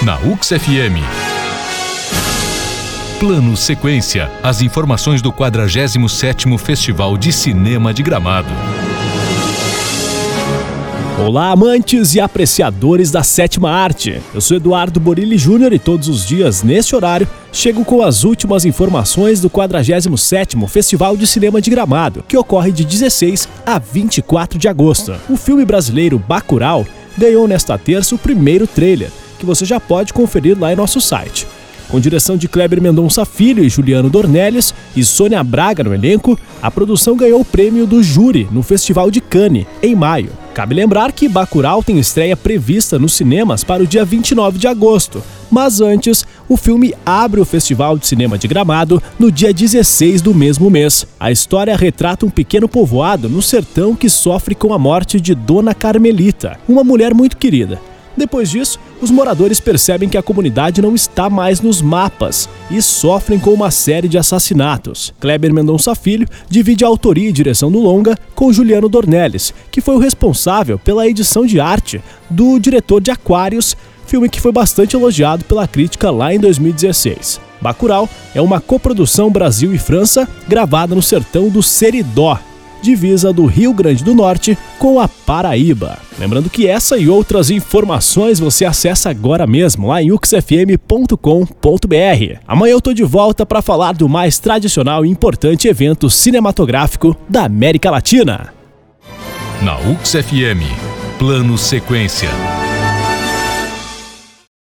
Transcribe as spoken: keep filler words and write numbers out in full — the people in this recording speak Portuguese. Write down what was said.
Na U X F M. Plano Sequência. As informações do quadragésimo sétimo Festival de Cinema de Gramado. Olá, amantes e apreciadores da sétima arte. Eu sou Eduardo Borilli Júnior e todos os dias, neste horário, chego com as últimas informações do quadragésimo sétimo Festival de Cinema de Gramado, que ocorre de dezesseis a vinte e quatro de agosto. O filme brasileiro Bacurau ganhou nesta terça o primeiro trailer, que você já pode conferir lá em nosso site. Com direção de Kleber Mendonça Filho e Juliano Dornelles e Sônia Braga no elenco, a produção ganhou o prêmio do júri no Festival de Cannes, em maio. Cabe lembrar que Bacurau tem estreia prevista nos cinemas para o dia vinte e nove de agosto, mas antes, o filme abre o Festival de Cinema de Gramado no dia dezesseis do mesmo mês. A história retrata um pequeno povoado no sertão que sofre com a morte de Dona Carmelita, uma mulher muito querida. Depois disso, os moradores percebem que a comunidade não está mais nos mapas e sofrem com uma série de assassinatos. Kleber Mendonça Filho divide a autoria e direção do longa com Juliano Dornelles, que foi o responsável pela edição de arte do diretor de Aquários, filme que foi bastante elogiado pela crítica lá em dois mil e dezesseis. Bacurau é uma coprodução Brasil e França, gravada no sertão do Seridó, divisa do Rio Grande do Norte com a Paraíba. Lembrando que essa e outras informações você acessa agora mesmo lá em u x f m ponto com ponto b r. Amanhã eu tô de volta para falar do mais tradicional e importante evento cinematográfico da América Latina. Na U X F M, Plano Sequência.